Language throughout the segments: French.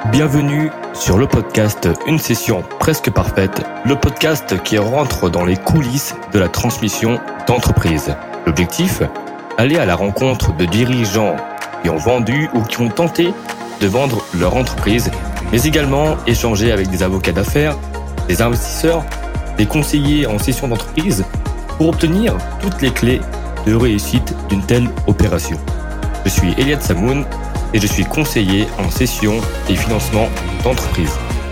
Bienvenue sur le podcast Une session presque parfaite, le podcast qui rentre dans les coulisses de la transmission d'entreprise. L'objectif, aller à la rencontre de dirigeants qui ont vendu ou qui ont tenté de vendre leur entreprise, mais également échanger avec des avocats d'affaires, des investisseurs, des conseillers en session d'entreprise pour obtenir toutes les clés de réussite d'une telle opération. Je suis Eliade Samoun et je suis conseiller en cession et financement d'entreprise.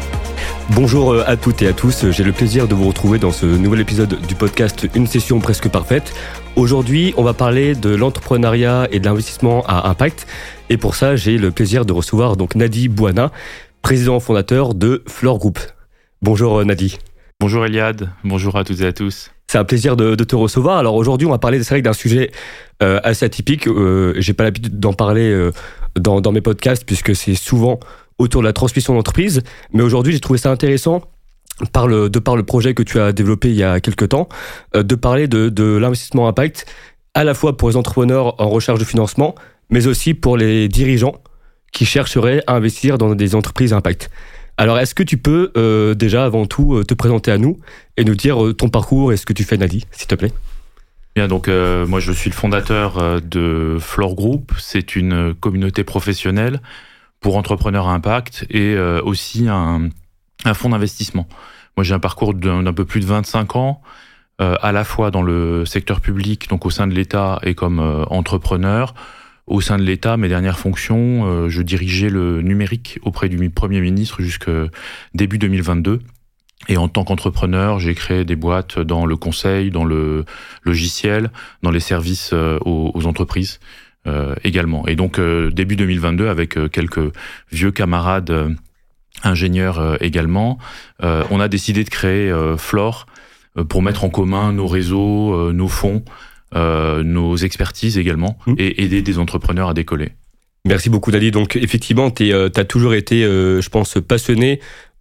Bonjour à toutes et à tous, j'ai le plaisir de vous retrouver dans ce nouvel épisode du podcast Une session presque parfaite. Aujourd'hui, on va parler de l'entrepreneuriat et de l'investissement à impact. Et pour ça, j'ai le plaisir de recevoir donc Nadi Bouana, président fondateur de Flore Group. Bonjour Nadi. Bonjour Eliade, bonjour à toutes et à tous. C'est un plaisir de te recevoir. Alors aujourd'hui, on va parler d'un sujet assez atypique. J'ai pas l'habitude d'en parler dans mes podcasts puisque c'est souvent autour de la transmission d'entreprise. Mais aujourd'hui, j'ai trouvé ça intéressant de par le projet que tu as développé il y a quelques temps, de parler de l'investissement impact, à la fois pour les entrepreneurs en recherche de financement, mais aussi pour les dirigeants qui chercheraient à investir dans des entreprises impact. Alors, est-ce que tu peux déjà, avant tout, te présenter à nous et nous dire ton parcours et ce que tu fais, Nadi, s'il te plaît ? Bien, donc moi je suis le fondateur de Flore Group. C'est une communauté professionnelle pour entrepreneurs à impact et aussi un fonds d'investissement. Moi j'ai un parcours d'un peu plus de 25 ans, à la fois dans le secteur public, donc au sein de l'État et comme entrepreneur. Au sein de l'État, mes dernières fonctions, je dirigeais le numérique auprès du Premier ministre jusqu'au début 2022. Et en tant qu'entrepreneur, j'ai créé des boîtes dans le conseil, dans le logiciel, dans les services aux entreprises également. Et donc, début 2022, avec quelques vieux camarades ingénieurs également, on a décidé de créer Flore pour mettre en commun nos réseaux, nos fonds, nos expertises également, et aider des entrepreneurs à décoller. Merci beaucoup, Nadi. Donc, effectivement, t'as toujours été, je pense, passionné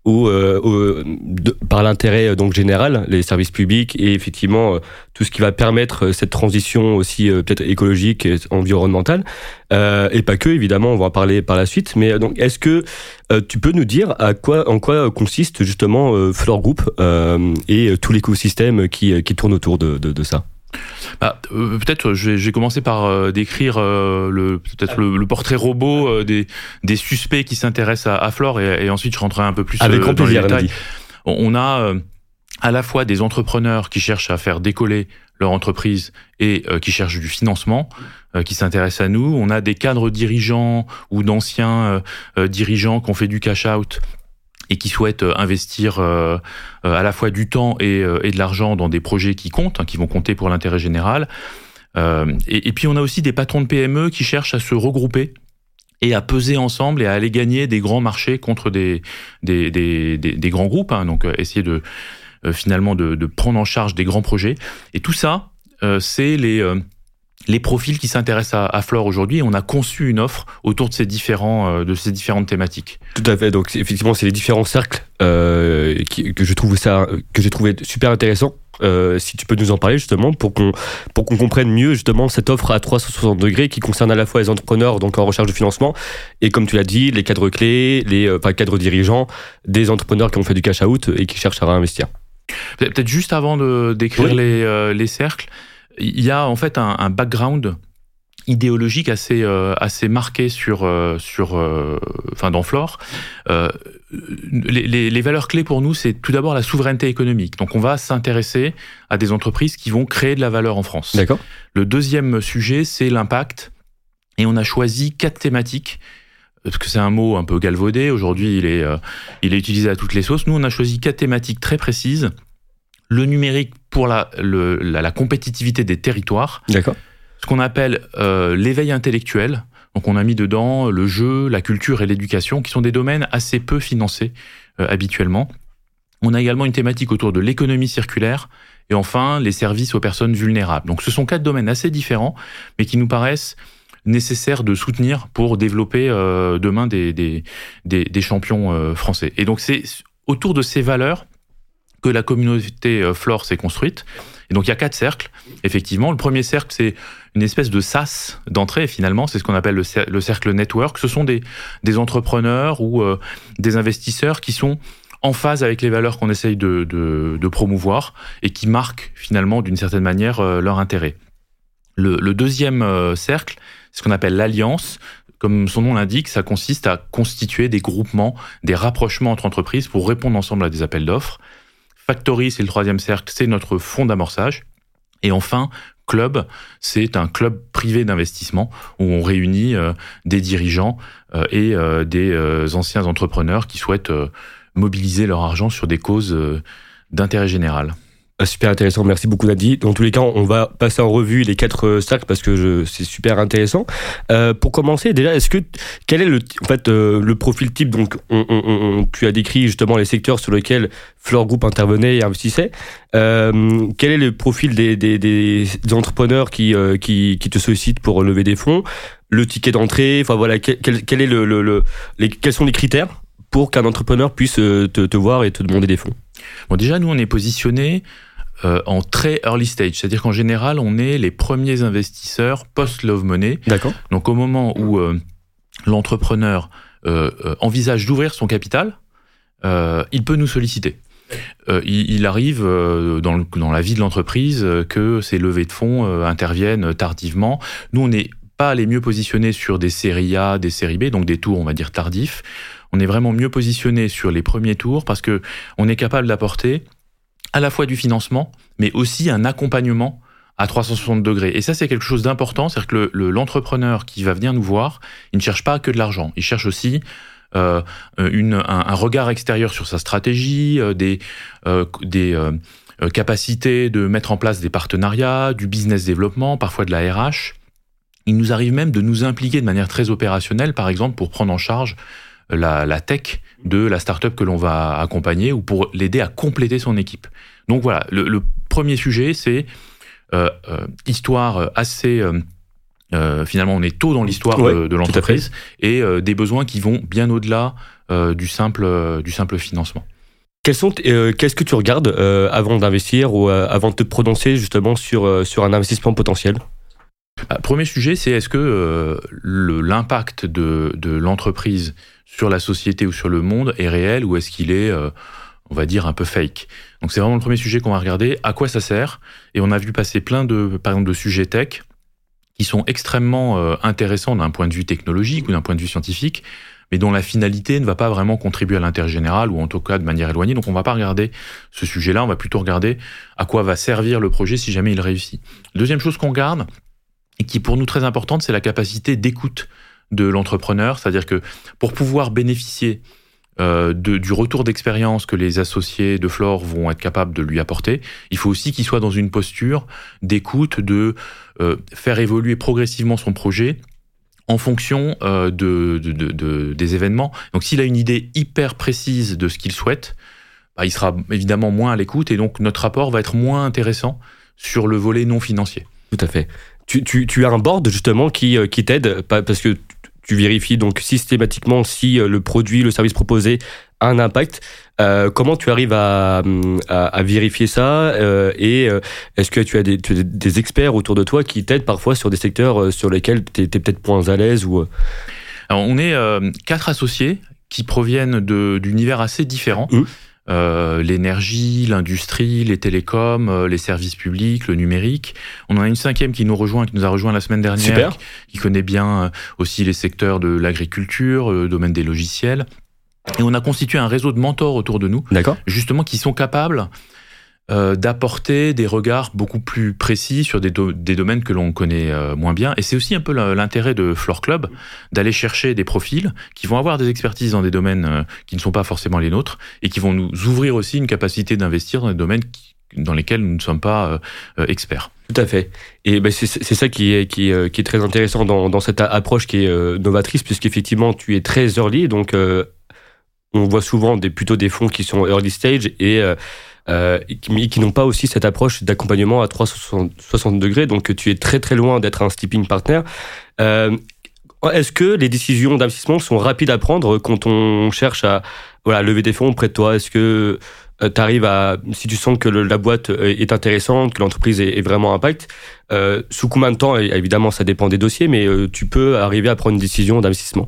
par l'intérêt donc général, les services publics et effectivement tout ce qui va permettre cette transition aussi peut-être écologique et environnementale et pas que, évidemment, on va en parler par la suite. Mais donc, est-ce que tu peux nous dire en quoi consiste justement Flore Group et tout l'écosystème qui tourne autour de ça ? Peut-être je vais commencer par décrire le portrait robot des suspects qui s'intéressent à Flore et ensuite je rentrerai un peu plus dans les détails. On a à la fois des entrepreneurs qui cherchent à faire décoller leur entreprise et qui cherchent du financement, qui s'intéressent à nous. On a des cadres dirigeants ou d'anciens dirigeants qui ont fait du cash out et qui souhaitent investir à la fois du temps et de l'argent dans des projets qui comptent, qui vont compter pour l'intérêt général. Et puis on a aussi des patrons de PME qui cherchent à se regrouper et à peser ensemble et à aller gagner des grands marchés contre des grands groupes. Donc essayer de finalement de prendre en charge des grands projets. Et tout ça, c'est les profils qui s'intéressent à Flore aujourd'hui, et on a conçu une offre autour de ces différentes thématiques. Tout à fait. Donc effectivement, c'est les différents cercles que j'ai trouvé super intéressant. Si tu peux nous en parler justement pour qu'on comprenne mieux justement cette offre à 360 degrés qui concerne à la fois les entrepreneurs donc en recherche de financement et comme tu l'as dit, les cadres clés, les cadres dirigeants, des entrepreneurs qui ont fait du cash out et qui cherchent à réinvestir. Peut-être juste avant de décrire les cercles. Il y a en fait un background idéologique assez marqué dans Flore. Les valeurs clés pour nous, c'est tout d'abord la souveraineté économique. Donc on va s'intéresser à des entreprises qui vont créer de la valeur en France. D'accord. Le deuxième sujet, c'est l'impact. Et on a choisi 4 thématiques, parce que c'est un mot un peu galvaudé. Aujourd'hui, il est utilisé à toutes les sauces. Nous, on a choisi 4 thématiques très précises. Le numérique pour la compétitivité des territoires. D'accord. Ce qu'on appelle l'éveil intellectuel. Donc on a mis dedans le jeu, la culture et l'éducation, qui sont des domaines assez peu financés habituellement. On a également une thématique autour de l'économie circulaire. Et enfin, les services aux personnes vulnérables. Donc ce sont 4 domaines assez différents, mais qui nous paraissent nécessaires de soutenir pour développer demain des champions français. Et donc c'est autour de ces valeurs que la communauté Flore s'est construite. Et donc il y a 4 cercles, effectivement. Le premier cercle, c'est une espèce de sas d'entrée, finalement, c'est ce qu'on appelle le cercle network. Ce sont des entrepreneurs ou des investisseurs qui sont en phase avec les valeurs qu'on essaye de promouvoir et qui marquent finalement d'une certaine manière leur intérêt. Le deuxième cercle, c'est ce qu'on appelle l'alliance. Comme son nom l'indique, ça consiste à constituer des groupements, des rapprochements entre entreprises pour répondre ensemble à des appels d'offres. Factory, c'est le troisième cercle, c'est notre fonds d'amorçage. Et enfin, Club, c'est un club privé d'investissement où on réunit des dirigeants et des anciens entrepreneurs qui souhaitent mobiliser leur argent sur des causes d'intérêt général. Super intéressant, merci beaucoup Nadi. Dans tous les cas, on va passer en revue les 4 cercles parce que c'est super intéressant. Pour commencer, déjà, quel est le profil type? Donc, tu as décrit justement les secteurs sur lesquels Fluor Group intervenait et investissait. Quel est le profil des entrepreneurs qui te sollicitent pour lever des fonds? Le ticket d'entrée, enfin voilà, quels sont les critères pour qu'un entrepreneur puisse te voir et te demander des fonds? Bon, déjà, nous, on est positionné en très early stage, c'est-à-dire qu'en général, on est les premiers investisseurs post-Love Money. D'accord. Donc, au moment où l'entrepreneur envisage d'ouvrir son capital, il peut nous solliciter. Il arrive dans la vie de l'entreprise que ces levées de fonds interviennent tardivement. Nous, on n'est pas les mieux positionnés sur des séries A, des séries B, donc des tours, on va dire, tardifs. On est vraiment mieux positionné sur les premiers tours parce que on est capable d'apporter à la fois du financement, mais aussi un accompagnement à 360 degrés. Et ça, c'est quelque chose d'important, c'est-à-dire que l'entrepreneur qui va venir nous voir, il ne cherche pas que de l'argent, il cherche aussi un regard extérieur sur sa stratégie, des capacités de mettre en place des partenariats, du business développement, parfois de la RH. Il nous arrive même de nous impliquer de manière très opérationnelle, par exemple, pour prendre en charge la tech de la start-up que l'on va accompagner ou pour l'aider à compléter son équipe. Donc voilà, le premier sujet, c'est histoire assez... finalement, on est tôt dans l'histoire de l'entreprise et des besoins qui vont bien au-delà du simple financement. Qu'est-ce que tu regardes avant d'investir ou avant de te prononcer justement sur un investissement potentiel? Premier sujet, c'est est-ce que l'impact de l'entreprise sur la société ou sur le monde est réel ou est-ce qu'il est, on va dire, un peu fake? Donc c'est vraiment le premier sujet qu'on va regarder. À quoi ça sert? Et on a vu passer plein par exemple, de sujets tech qui sont extrêmement intéressants d'un point de vue technologique ou d'un point de vue scientifique, mais dont la finalité ne va pas vraiment contribuer à l'intérêt général ou en tout cas de manière éloignée. Donc on ne va pas regarder ce sujet-là, on va plutôt regarder à quoi va servir le projet si jamais il réussit. Deuxième chose qu'on garde, et qui est pour nous très importante, c'est la capacité d'écoute de l'entrepreneur, c'est-à-dire que pour pouvoir bénéficier du retour d'expérience que les associés de Fluor vont être capables de lui apporter, il faut aussi qu'il soit dans une posture d'écoute, de faire évoluer progressivement son projet en fonction des événements. Donc s'il a une idée hyper précise de ce qu'il souhaite, il sera évidemment moins à l'écoute et donc notre rapport va être moins intéressant sur le volet non financier. Tout à fait. Tu as un board justement qui t'aide parce que tu vérifies donc systématiquement si le produit, le service proposé a un impact. Comment tu arrives à vérifier ça et est-ce que tu as des experts autour de toi qui t'aident parfois sur des secteurs sur lesquels tu es peut-être moins à l'aise ou... Alors, on est 4 associés qui proviennent d'univers assez différents. L'énergie, l'industrie, les télécoms, les services publics, le numérique. On en a une 5e qui nous a rejoint la semaine dernière. Super. Qui connaît bien aussi les secteurs de l'agriculture, le domaine des logiciels. Et on a constitué un réseau de mentors autour de nous, justement qui sont capables d'apporter des regards beaucoup plus précis sur des domaines que l'on connaît moins bien. Et c'est aussi un peu l'intérêt de Fluor Club, d'aller chercher des profils qui vont avoir des expertises dans des domaines qui ne sont pas forcément les nôtres et qui vont nous ouvrir aussi une capacité d'investir dans des domaines dans lesquels nous ne sommes pas experts. Tout à fait. Et c'est ça qui est très intéressant dans cette approche qui est novatrice, puisqu'effectivement, tu es très early, donc on voit souvent plutôt des fonds qui sont early stage et qui n'ont pas aussi cette approche d'accompagnement à 360 degrés, donc tu es très très loin d'être un stepping partner. Est-ce que les décisions d'investissement sont rapides à prendre quand on cherche à lever des fonds auprès de toi? Est-ce que tu arrives si tu sens que la boîte est intéressante, que l'entreprise est vraiment impact, sous combien de temps? Évidemment, ça dépend des dossiers, mais tu peux arriver à prendre une décision d'investissement?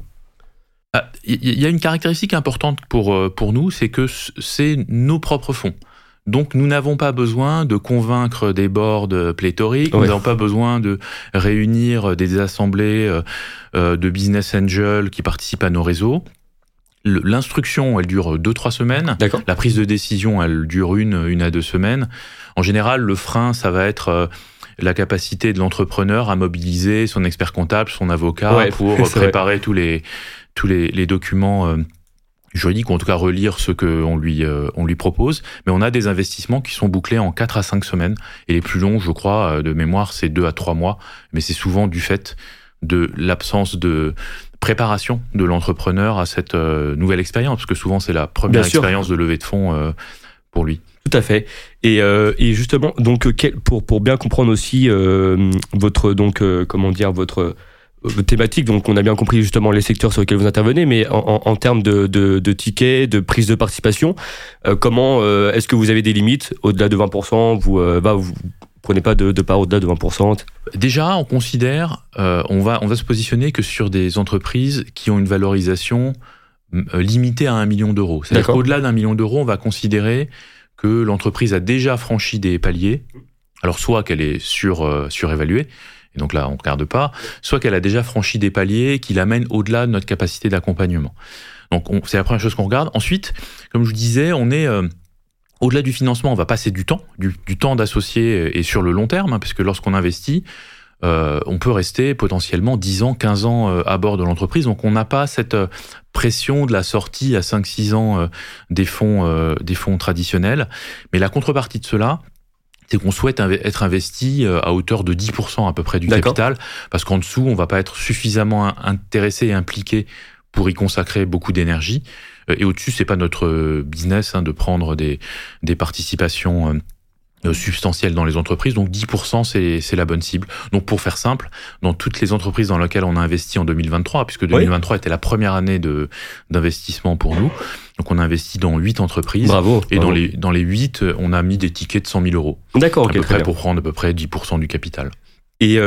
Il y a une caractéristique importante pour nous, c'est que c'est nos propres fonds. Donc, nous n'avons pas besoin de convaincre des boards pléthoriques, nous n'avons pas besoin de réunir des assemblées de business angels qui participent à nos réseaux. L'instruction, elle dure 2-3 semaines. D'accord. La prise de décision, elle dure 1 à 2 semaines. En général, le frein, ça va être la capacité de l'entrepreneur à mobiliser son expert comptable, son avocat pour préparer tous les documents juridiques, ou en tout cas relire ce qu'on lui propose. Mais on a des investissements qui sont bouclés en 4 à 5 semaines. Et les plus longs, je crois, de mémoire, c'est 2 à 3 mois. Mais c'est souvent du fait de l'absence de préparation de l'entrepreneur à cette nouvelle expérience, parce que souvent c'est la première expérience de levée de fonds pour lui. Tout à fait. Et justement, donc pour bien comprendre aussi votre thématique, donc on a bien compris justement les secteurs sur lesquels vous intervenez, mais en termes de tickets, de prise de participation, comment est-ce que vous avez des limites au-delà de 20%? Vous prenez pas de part au-delà de 20%? Déjà, on considère, on va se positionner que sur des entreprises qui ont une valorisation limitée à 1 million d'euros. C'est-à-dire qu'au-delà d'1 million d'euros, on va considérer que l'entreprise a déjà franchi des paliers. Alors, soit qu'elle est surévaluée, et donc là, on ne regarde pas, soit qu'elle a déjà franchi des paliers qui l'amènent au-delà de notre capacité d'accompagnement. Donc, c'est la première chose qu'on regarde. Ensuite, comme je vous disais, on est... au-delà du financement, on va passer du temps d'associés et sur le long terme, puisque lorsqu'on investit, on peut rester potentiellement 10 ans, 15 ans à bord de l'entreprise. Donc on n'a pas cette pression de la sortie à 5-6 ans des fonds traditionnels. Mais la contrepartie de cela, c'est qu'on souhaite être investi à hauteur de 10% à peu près du capital, parce qu'en dessous, on ne va pas être suffisamment intéressé et impliqué pour y consacrer beaucoup d'énergie. Et au-dessus, c'est pas notre business de prendre des participations substantielles dans les entreprises. Donc 10%, c'est la bonne cible. Donc pour faire simple, dans toutes les entreprises dans lesquelles on a investi en 2023, puisque 2023 était la première année d'investissement pour nous, donc on a investi dans 8 entreprises. Bravo. Et dans les 8, on a mis des tickets de 100 000 euros. D'accord, à peu près, pour prendre à peu près 10% du capital. Et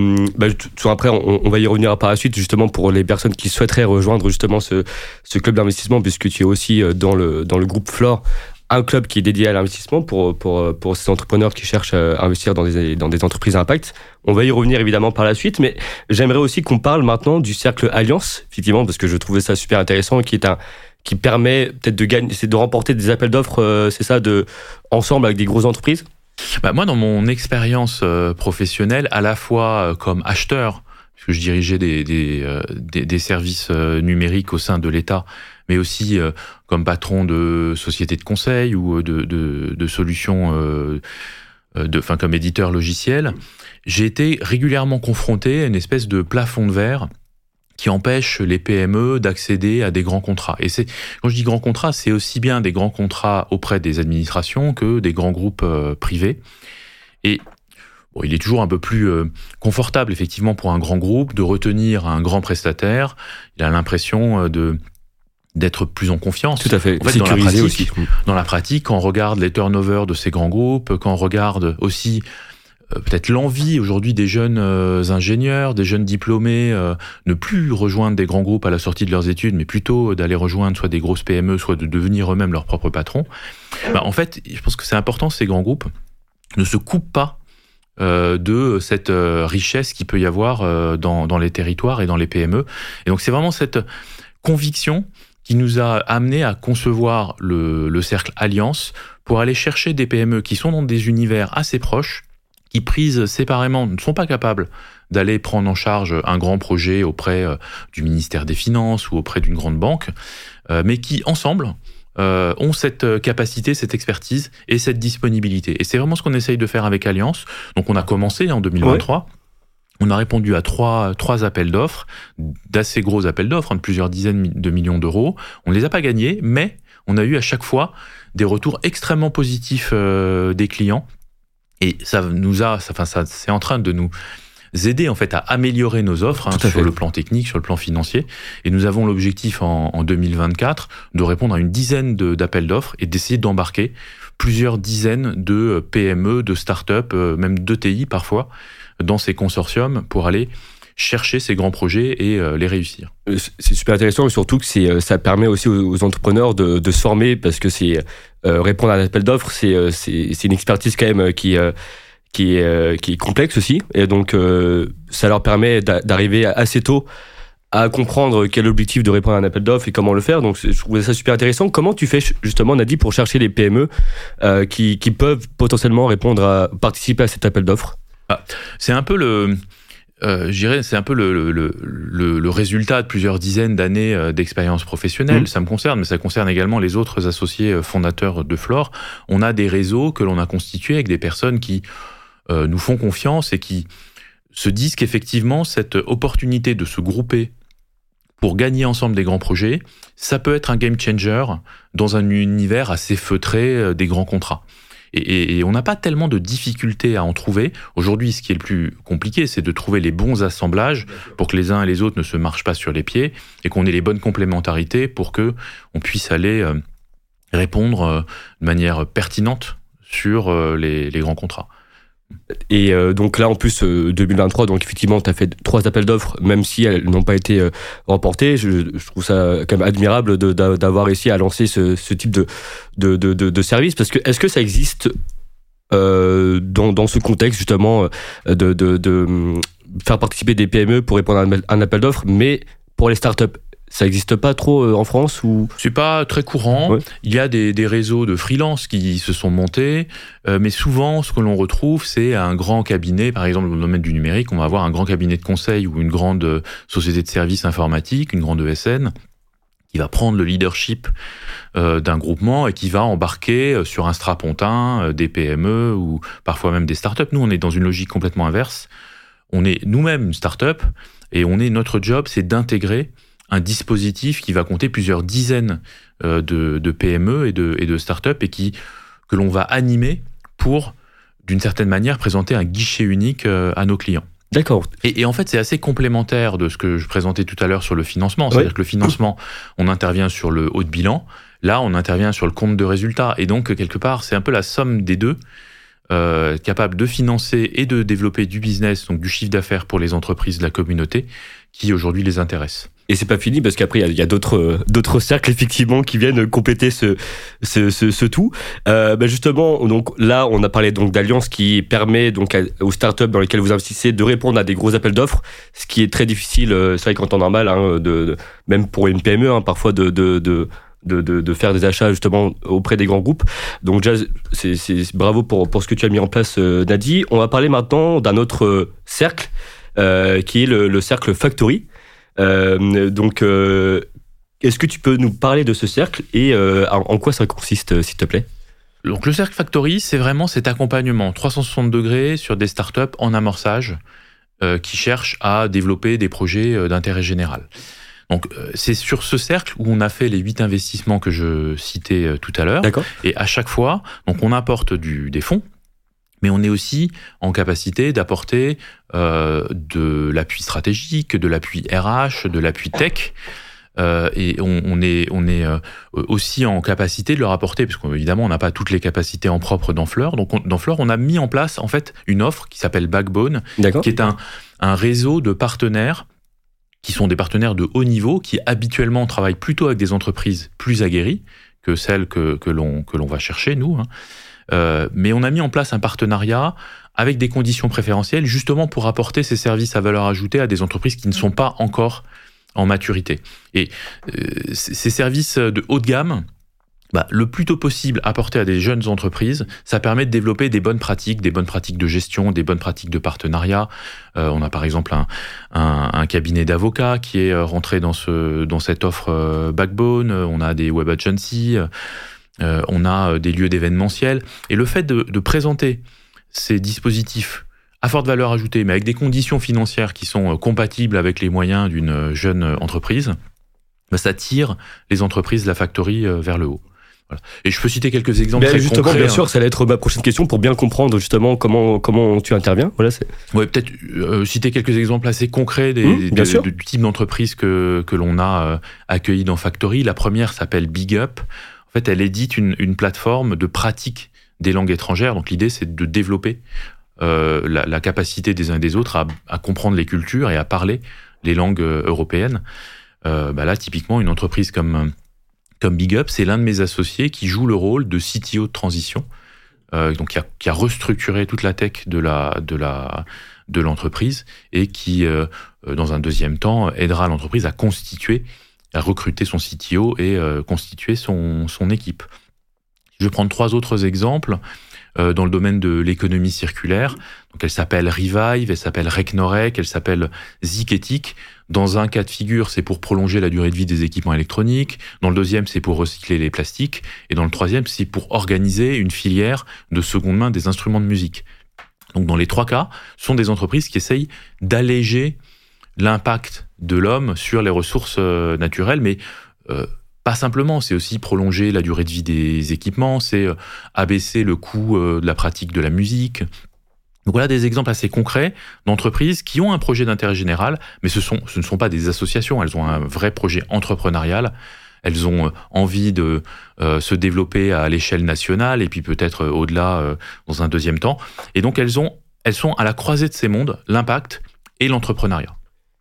après, on va y revenir par la suite, justement, pour les personnes qui souhaiteraient rejoindre justement ce club d'investissement, puisque tu es aussi dans le groupe Flore, un club qui est dédié à l'investissement pour ces entrepreneurs qui cherchent à investir dans des entreprises à impact. On va y revenir évidemment par la suite, mais j'aimerais aussi qu'on parle maintenant du cercle Alliance, effectivement, parce que je trouvais ça super intéressant, qui permet peut-être de gagner, c'est de remporter des appels d'offres, c'est ça, ensemble avec des grosses entreprises. Moi, dans mon expérience professionnelle, à la fois comme acheteur, puisque je dirigeais des services numériques au sein de l'État, mais aussi comme patron de sociétés de conseil ou de solutions, comme éditeur logiciel, j'ai été régulièrement confronté à une espèce de plafond de verre qui empêche les PME d'accéder à des grands contrats. Et quand je dis grands contrats, c'est aussi bien des grands contrats auprès des administrations que des grands groupes privés. Et il est toujours un peu plus confortable, effectivement, pour un grand groupe de retenir un grand prestataire. Il a l'impression d'être plus en confiance. Tout à fait. En fait, sécurisé aussi. Dans la pratique, quand on regarde les turnovers de ces grands groupes, quand on regarde aussi peut-être l'envie aujourd'hui des jeunes ingénieurs, des jeunes diplômés, ne plus rejoindre des grands groupes à la sortie de leurs études, mais plutôt d'aller rejoindre soit des grosses PME, soit de devenir eux-mêmes leurs propres patrons. En fait, je pense que c'est important, ces grands groupes ne se coupent pas de cette richesse qu'il peut y avoir dans les territoires et dans les PME. Et donc c'est vraiment cette conviction qui nous a amené à concevoir le cercle Alliance pour aller chercher des PME qui sont dans des univers assez proches, qui prises séparément ne sont pas capables d'aller prendre en charge un grand projet auprès du ministère des Finances ou auprès d'une grande banque, mais qui ensemble ont cette capacité, cette expertise et cette disponibilité. Et c'est vraiment ce qu'on essaye de faire avec Alliance. Donc on a commencé en 2023. Ouais. On a répondu à trois appels d'offres, d'assez gros appels d'offres, de plusieurs dizaines de millions d'euros. On ne les a pas gagnés, mais on a eu à chaque fois des retours extrêmement positifs des clients. Et ça c'est en train de nous aider en fait à améliorer nos offres sur le plan technique, sur le plan financier. Et nous avons l'objectif en 2024 de répondre à une dizaine d'appels d'offres et d'essayer d'embarquer plusieurs dizaines de PME, de start-up, même d'ETI parfois, dans ces consortiums pour aller chercher ces grands projets et les réussir. C'est super intéressant, et surtout que ça permet aussi aux entrepreneurs de se former, parce que répondre à un appel d'offres, c'est une expertise quand même qui est complexe aussi, et donc ça leur permet d'arriver assez tôt à comprendre quel est l'objectif de répondre à un appel d'offres et comment le faire. Donc je trouvais ça super intéressant. Comment tu fais justement, Nadi, pour chercher les PME qui peuvent potentiellement participer à cet appel d'offres? C'est un peu le résultat de plusieurs dizaines d'années d'expérience professionnelle. Ça me concerne, mais ça concerne également les autres associés fondateurs de Flore. On a des réseaux que l'on a constitués avec des personnes qui nous font confiance et qui se disent qu'effectivement, cette opportunité de se grouper pour gagner ensemble des grands projets, ça peut être un game changer dans un univers assez feutré des grands contrats. Et on n'a pas tellement de difficultés à en trouver. Aujourd'hui, ce qui est le plus compliqué, c'est de trouver les bons assemblages pour que les uns et les autres ne se marchent pas sur les pieds et qu'on ait les bonnes complémentarités pour qu'on puisse aller répondre de manière pertinente sur les grands contrats. Et donc là, en plus, 2023, donc effectivement, tu as fait 3 appels d'offres, même si elles n'ont pas été remportées. Je trouve ça quand même admirable d'avoir réussi à lancer ce type de service, parce que est-ce que ça existe dans ce contexte, justement, de faire participer des PME pour répondre à un appel d'offres, mais pour les startups? Ça n'existe pas trop en France ou... C'est pas très courant. Ouais. Il y a des réseaux de freelance qui se sont montés, mais souvent, ce que l'on retrouve, c'est un grand cabinet. Par exemple, dans le domaine du numérique, on va avoir un grand cabinet de conseil ou une grande société de services informatiques, une grande ESN, qui va prendre le leadership d'un groupement et qui va embarquer sur un strapontin des PME ou parfois même des startups. Nous, on est dans une logique complètement inverse. On est nous-mêmes une startup et notre job, c'est d'intégrer un dispositif qui va compter plusieurs dizaines de PME et de start-up et que l'on va animer pour, d'une certaine manière, présenter un guichet unique à nos clients. D'accord. Et en fait, c'est assez complémentaire de ce que je présentais tout à l'heure sur le financement. C'est-à-dire que le financement, on intervient sur le haut de bilan. Là, on intervient sur le compte de résultat. Et donc, quelque part, c'est un peu la somme des deux, capable de financer et de développer du business, donc du chiffre d'affaires pour les entreprises de la communauté, qui aujourd'hui les intéresse. Et c'est pas fini, parce qu'après il y a d'autres cercles effectivement qui viennent compléter ce tout. Justement, donc là on a parlé donc d'Alliance qui permet donc aux startups dans lesquelles vous investissez de répondre à des gros appels d'offres, ce qui est très difficile, c'est vrai qu'en temps normal, même pour une PME, parfois de faire des achats justement auprès des grands groupes. Donc déjà, c'est bravo pour ce que tu as mis en place, Nadi. On va parler maintenant d'un autre cercle qui est le cercle Factory. Est-ce que tu peux nous parler de ce cercle et en quoi ça consiste, s'il te plaît? Donc le cercle Factory, c'est vraiment cet accompagnement 360 degrés sur des startups en amorçage qui cherchent à développer des projets d'intérêt général. Donc c'est sur ce cercle où on a fait les 8 investissements que je citais tout à l'heure. D'accord. Et à chaque fois, donc on apporte des fonds, mais on est aussi en capacité d'apporter de l'appui stratégique, de l'appui RH, de l'appui tech. Et on est aussi en capacité de leur apporter, parce qu'évidemment on n'a pas toutes les capacités en propre dans Flore. Donc dans Flore, on a mis en place en fait une offre qui s'appelle Backbone, qui est un réseau de partenaires qui sont des partenaires de haut niveau, qui habituellement travaillent plutôt avec des entreprises plus aguerries que celles que l'on va chercher, nous. Mais on a mis en place un partenariat avec des conditions préférentielles, justement pour apporter ces services à valeur ajoutée à des entreprises qui ne sont pas encore en maturité. Et ces services de haut de gamme, le plus tôt possible apportés à des jeunes entreprises, ça permet de développer des bonnes pratiques de gestion, des bonnes pratiques de partenariat. On a par exemple un cabinet d'avocats qui est rentré dans cette offre Backbone. On a des web agencies, on a des lieux d'événementiel. Et le fait de présenter ces dispositifs à forte valeur ajoutée, mais avec des conditions financières qui sont compatibles avec les moyens d'une jeune entreprise, ça tire les entreprises de la Factory vers le haut. Voilà. Et je peux citer quelques exemples très justement, concrets. Bien sûr, ça allait être ma prochaine question pour bien comprendre justement comment tu interviens. Voilà, ouais, peut-être citer quelques exemples assez concrets du type d'entreprise que l'on a accueilli dans Factory. La première s'appelle Big Up. En fait, elle édite une plateforme de pratique des langues étrangères. Donc l'idée, c'est de développer la capacité des uns et des autres à comprendre les cultures et à parler les langues européennes. Là, typiquement, une entreprise comme Big Up, c'est l'un de mes associés qui joue le rôle de CTO de transition, donc qui a restructuré toute la tech de l'entreprise et qui, dans un deuxième temps, aidera l'entreprise à recruter son CTO et constituer son équipe. Je vais prendre 3 autres exemples dans le domaine de l'économie circulaire. Donc, elle s'appelle Revive, elle s'appelle Recnorec, elle s'appelle Ziketic. Dans un cas de figure, c'est pour prolonger la durée de vie des équipements électroniques. Dans le deuxième, c'est pour recycler les plastiques. Et dans le troisième, c'est pour organiser une filière de seconde main des instruments de musique. Donc, dans les 3 cas, ce sont des entreprises qui essayent d'alléger l'impact de l'homme sur les ressources naturelles, mais pas simplement, c'est aussi prolonger la durée de vie des équipements, c'est abaisser le coût de la pratique de la musique. Donc voilà des exemples assez concrets d'entreprises qui ont un projet d'intérêt général, mais ce ne sont pas des associations, elles ont un vrai projet entrepreneurial. Elles ont envie de se développer à l'échelle nationale et puis peut-être au-delà dans un deuxième temps. Et donc elles sont à la croisée de ces mondes, l'impact et l'entrepreneuriat.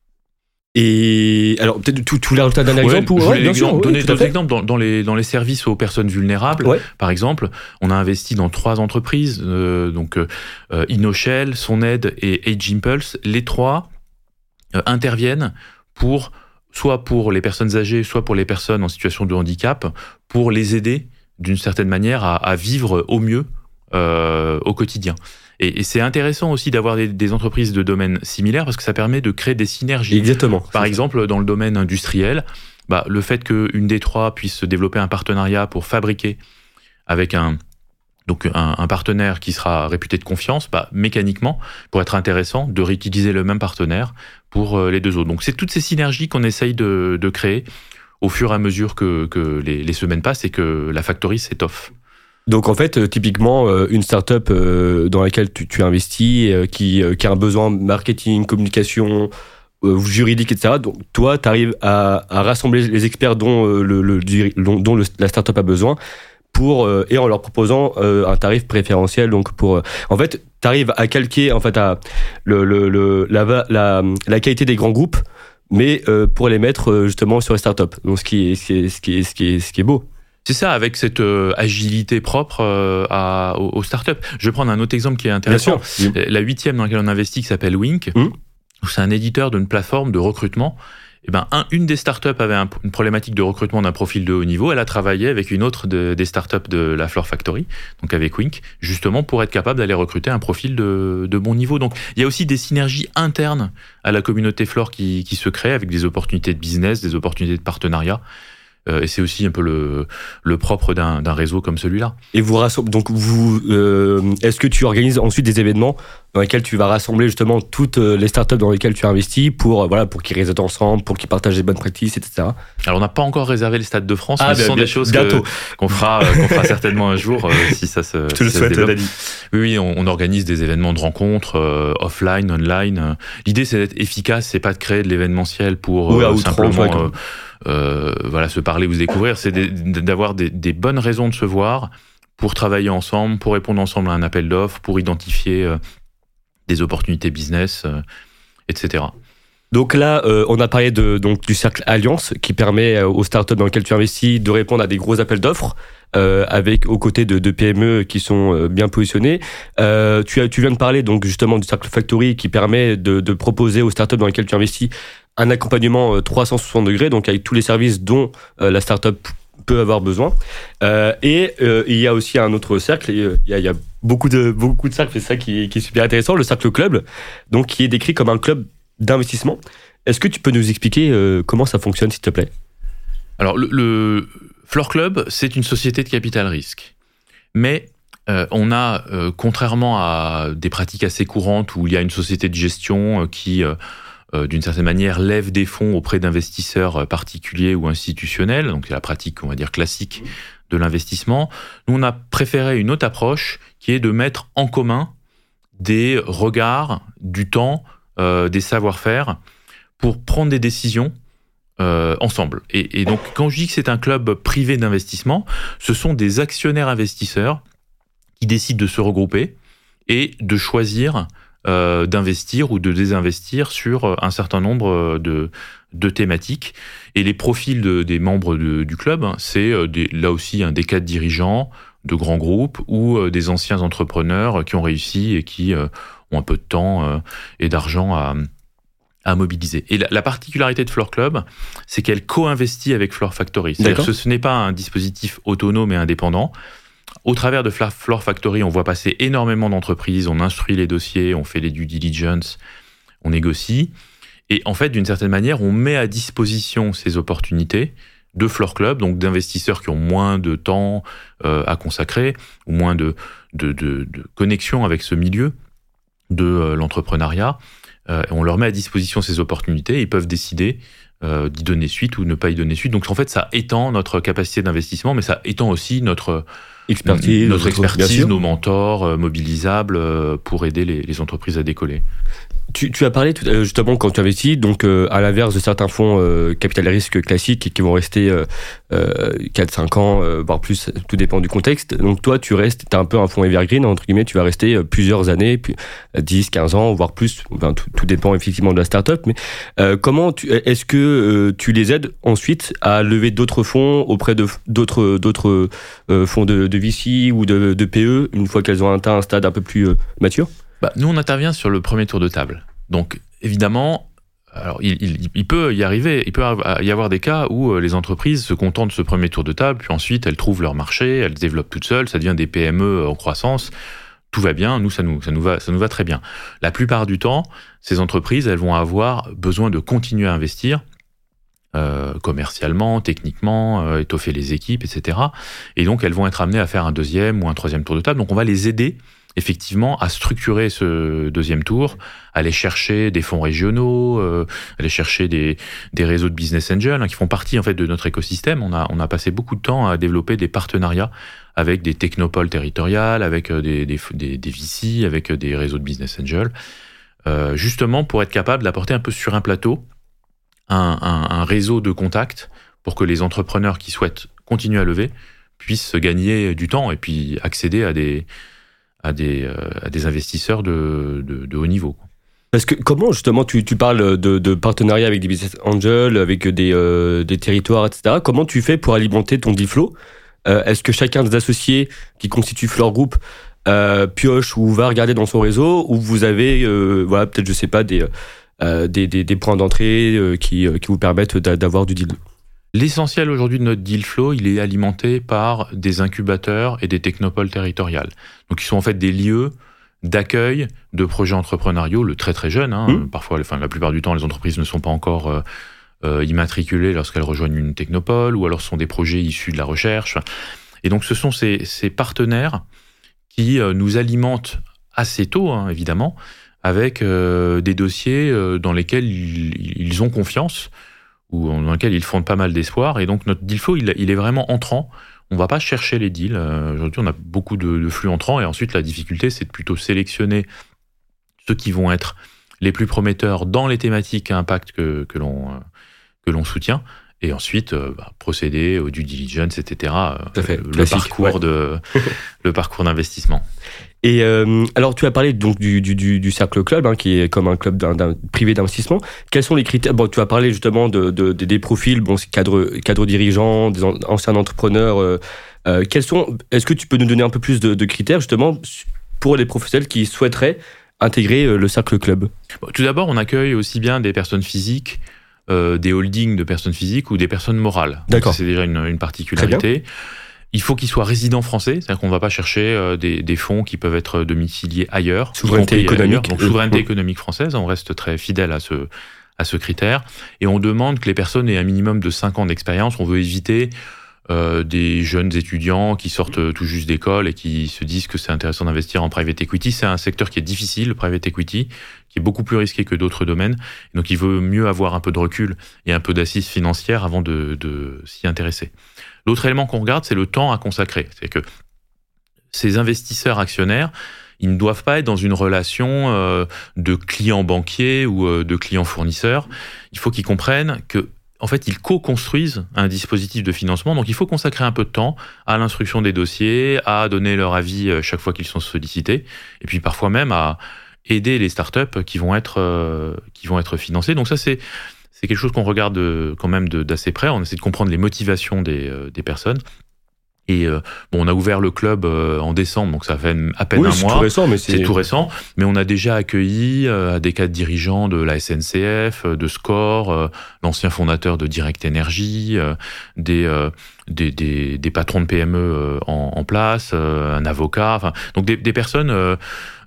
Et alors peut-être tu voulais rajouter un dernier exemple ou donner d'autres exemples dans les services aux personnes vulnérables. Ouais. Par exemple, on a investi dans 3 entreprises, InnoShell, SonAide et Age Impulse. Les 3 interviennent soit pour les personnes âgées, soit pour les personnes en situation de handicap, pour les aider d'une certaine manière à vivre au mieux au quotidien. Et c'est intéressant aussi d'avoir des entreprises de domaines similaires parce que ça permet de créer des synergies. Exactement. Par exemple, dans le domaine industriel, le fait qu'une des 3 puisse développer un partenariat pour fabriquer avec un partenaire qui sera réputé de confiance, mécaniquement, pour être intéressant, de réutiliser le même partenaire pour les 2 autres. Donc c'est toutes ces synergies qu'on essaye de créer au fur et à mesure que les semaines passent et que la Factory s'étoffe. Donc en fait, typiquement, une start-up dans laquelle tu investis, qui a un besoin marketing, communication, juridique, etc. Donc toi, tu arrives à rassembler les experts dont la start-up a besoin et en leur proposant un tarif préférentiel. Donc en fait, tu arrives à calquer la qualité des grands groupes, mais pour les mettre justement sur les start-up. Donc ce qui est beau. C'est ça, avec cette agilité propre aux startups. Je vais prendre un autre exemple qui est intéressant. La 8e dans laquelle on investit, qui s'appelle Wink. C'est un éditeur d'une plateforme de recrutement. Une des startups avait une problématique de recrutement d'un profil de haut niveau. Elle a travaillé avec une autre des startups de la Flore Factory, donc avec Wink, justement pour être capable d'aller recruter un profil de bon niveau. Donc il y a aussi des synergies internes à la communauté Flore qui se créent avec des opportunités de business, des opportunités de partenariat. Et c'est aussi un peu le propre d'un réseau comme celui-là. Et est-ce que tu organises ensuite des événements dans lesquels tu vas rassembler justement toutes les startups dans lesquelles tu investis pour qu'ils réseautent ensemble, pour qu'ils partagent des bonnes pratiques, etc. Alors on n'a pas encore réservé le Stade de France, mais ce sont des choses qu'on fera certainement un jour si ça se. Je te le souhaite, Dani. Oui, on organise des événements de rencontres offline, online. L'idée c'est d'être efficace, c'est pas de créer de l'événementiel pour simplement. Se parler ou se découvrir, c'est d'avoir des bonnes raisons de se voir pour travailler ensemble, pour répondre ensemble à un appel d'offres, pour identifier des opportunités business, etc. Donc là, on a parlé du cercle Alliance qui permet aux startups dans lesquelles tu investis de répondre à des gros appels d'offres aux côtés de PME qui sont bien positionnés. Tu viens de parler donc justement du cercle Factory qui permet de proposer aux startups dans lesquelles tu investis un accompagnement 360 degrés, donc avec tous les services dont la startup peut avoir besoin. Il y a aussi un autre cercle, il y a beaucoup de cercles, c'est ça qui est super intéressant, le cercle club, donc qui est décrit comme un club d'investissement. Est-ce que tu peux nous expliquer comment ça fonctionne, s'il te plaît ? Alors, le Flore Club, c'est une société de capital risque. Mais on a, contrairement à des pratiques assez courantes où il y a une société de gestion qui, d'une certaine manière, lève des fonds auprès d'investisseurs particuliers ou institutionnels, donc c'est la pratique, on va dire, classique de l'investissement. Nous, on a préféré une autre approche qui est de mettre en commun des regards, du temps, des savoir-faire pour prendre des décisions ensemble. Et donc, quand je dis que c'est un club privé d'investissement, ce sont des actionnaires investisseurs qui décident de se regrouper et de choisir d'investir ou de désinvestir sur un certain nombre de thématiques. Et les profils des membres du club, c'est là aussi des cadres dirigeants de grands groupes ou des anciens entrepreneurs qui ont réussi et qui ont un peu de temps et d'argent à mobiliser. Et la particularité de Floor Club, c'est qu'elle co-investit avec Floor Factory. C'est-à-dire que ce n'est pas un dispositif autonome et indépendant. Au travers de Floor Factory, on voit passer énormément d'entreprises, on instruit les dossiers, on fait les due diligence, on négocie. Et en fait, d'une certaine manière, on met à disposition ces opportunités de Floor Club, donc d'investisseurs qui ont moins de temps à consacrer, ou moins de connexion avec ce milieu de l'entrepreneuriat. On leur met à disposition ces opportunités, et ils peuvent décider d'y donner suite ou ne pas y donner suite. Donc en fait, ça étend notre capacité d'investissement, mais ça étend aussi notre expertise, nos mentors mobilisables pour aider les entreprises à décoller. Tu as parlé justement quand tu investis, donc à l'inverse de certains fonds capital risque classiques qui vont rester 4-5 ans, voire plus, tout dépend du contexte. Donc toi, tu es un peu un fonds evergreen, entre guillemets, tu vas rester plusieurs années, puis 10, 15 ans, voire plus, enfin, tout dépend effectivement de la start-up. Mais est-ce que tu les aides ensuite à lever d'autres fonds auprès de d'autres fonds de VC ou de PE, une fois qu'elles ont atteint un stade un peu plus mature ? Nous, on intervient sur le premier tour de table. Donc, évidemment, alors, il peut y arriver, il peut y avoir des cas où les entreprises se contentent de ce premier tour de table, puis ensuite, elles trouvent leur marché, elles se développent toutes seules, ça devient des PME en croissance. Tout va bien, nous, ça nous va très bien. La plupart du temps, ces entreprises, elles vont avoir besoin de continuer à investir commercialement, techniquement, étoffer les équipes, etc. Et donc, elles vont être amenées à faire un deuxième ou un troisième tour de table. Donc, on va les aider effectivement à structurer ce deuxième tour, aller chercher des fonds régionaux, aller chercher des réseaux de business angels qui font partie en fait de notre écosystème. On a passé beaucoup de temps à développer des partenariats avec des technopoles territoriales, avec des VC, avec des réseaux de business angels, justement pour être capable d'apporter un peu sur un plateau un réseau de contacts pour que les entrepreneurs qui souhaitent continuer à lever puissent gagner du temps et puis accéder à des investisseurs de haut niveau. Parce que comment justement tu parles de partenariat avec des business angels, avec des territoires, etc. Comment tu fais pour alimenter ton deal flow ? Est-ce que chacun des associés qui constituent Floor Group pioche ou va regarder dans son réseau, ou vous avez peut-être, je sais pas, des points d'entrée qui vous permettent d'avoir du deal ? L'essentiel aujourd'hui de notre deal flow, il est alimenté par des incubateurs et des technopoles territoriales. Donc, ils sont en fait des lieux d'accueil de projets entrepreneuriaux, le très très jeune. Parfois, la plupart du temps, les entreprises ne sont pas encore immatriculées lorsqu'elles rejoignent une technopole, ou alors sont des projets issus de la recherche. Et donc, ce sont ces partenaires qui nous alimentent assez tôt, évidemment, avec des dossiers dans lesquels ils ont confiance, ou dans lequel ils fondent pas mal d'espoir. Et donc, notre deal flow, il est vraiment entrant. On ne va pas chercher les deals. Aujourd'hui, on a beaucoup de flux entrants. Et ensuite, la difficulté, c'est de plutôt sélectionner ceux qui vont être les plus prometteurs dans les thématiques à impact que l'on soutient. Et ensuite, procéder au due diligence, etc. Le parcours d'investissement. Et alors, tu as parlé donc du Cercle Club, qui est comme un club privé d'investissement. Quels sont les critères ? Tu as parlé justement des profils, c'est cadres dirigeants, des anciens entrepreneurs. Est-ce que tu peux nous donner un peu plus de critères justement pour les professionnels qui souhaiteraient intégrer le Cercle Club ? Tout d'abord, on accueille aussi bien des personnes physiques, des holdings de personnes physiques ou des personnes morales. D'accord. Donc, c'est déjà une particularité. Il faut qu'ils soient résidents français, c'est-à-dire qu'on ne va pas chercher des fonds qui peuvent être domiciliés ailleurs. Souveraineté économique. Donc, souveraineté économique française, on reste très fidèle à ce critère. Et on demande que les personnes aient un minimum de 5 ans d'expérience. On veut éviter des jeunes étudiants qui sortent tout juste d'école et qui se disent que c'est intéressant d'investir en private equity. C'est un secteur qui est difficile, le private equity, qui est beaucoup plus risqué que d'autres domaines. Donc il vaut mieux avoir un peu de recul et un peu d'assises financières avant de s'y intéresser. L'autre élément qu'on regarde, c'est le temps à consacrer. C'est que ces investisseurs actionnaires, ils ne doivent pas être dans une relation de client banquier ou de client fournisseur. Il faut qu'ils comprennent que en fait, ils co-construisent un dispositif de financement, donc il faut consacrer un peu de temps à l'instruction des dossiers, à donner leur avis chaque fois qu'ils sont sollicités, et puis parfois même à aider les startups qui vont être financées. Donc ça, c'est quelque chose qu'on regarde quand même d'assez près. On essaie de comprendre les motivations des personnes. Et on a ouvert le club en décembre, donc ça fait à peine un mois. C'est tout récent, mais c'est tout récent. Mais on a déjà accueilli des cadres dirigeants de la SNCF, de Score, l'ancien fondateur de Direct Energy, des patrons de PME en place, un avocat, enfin donc des personnes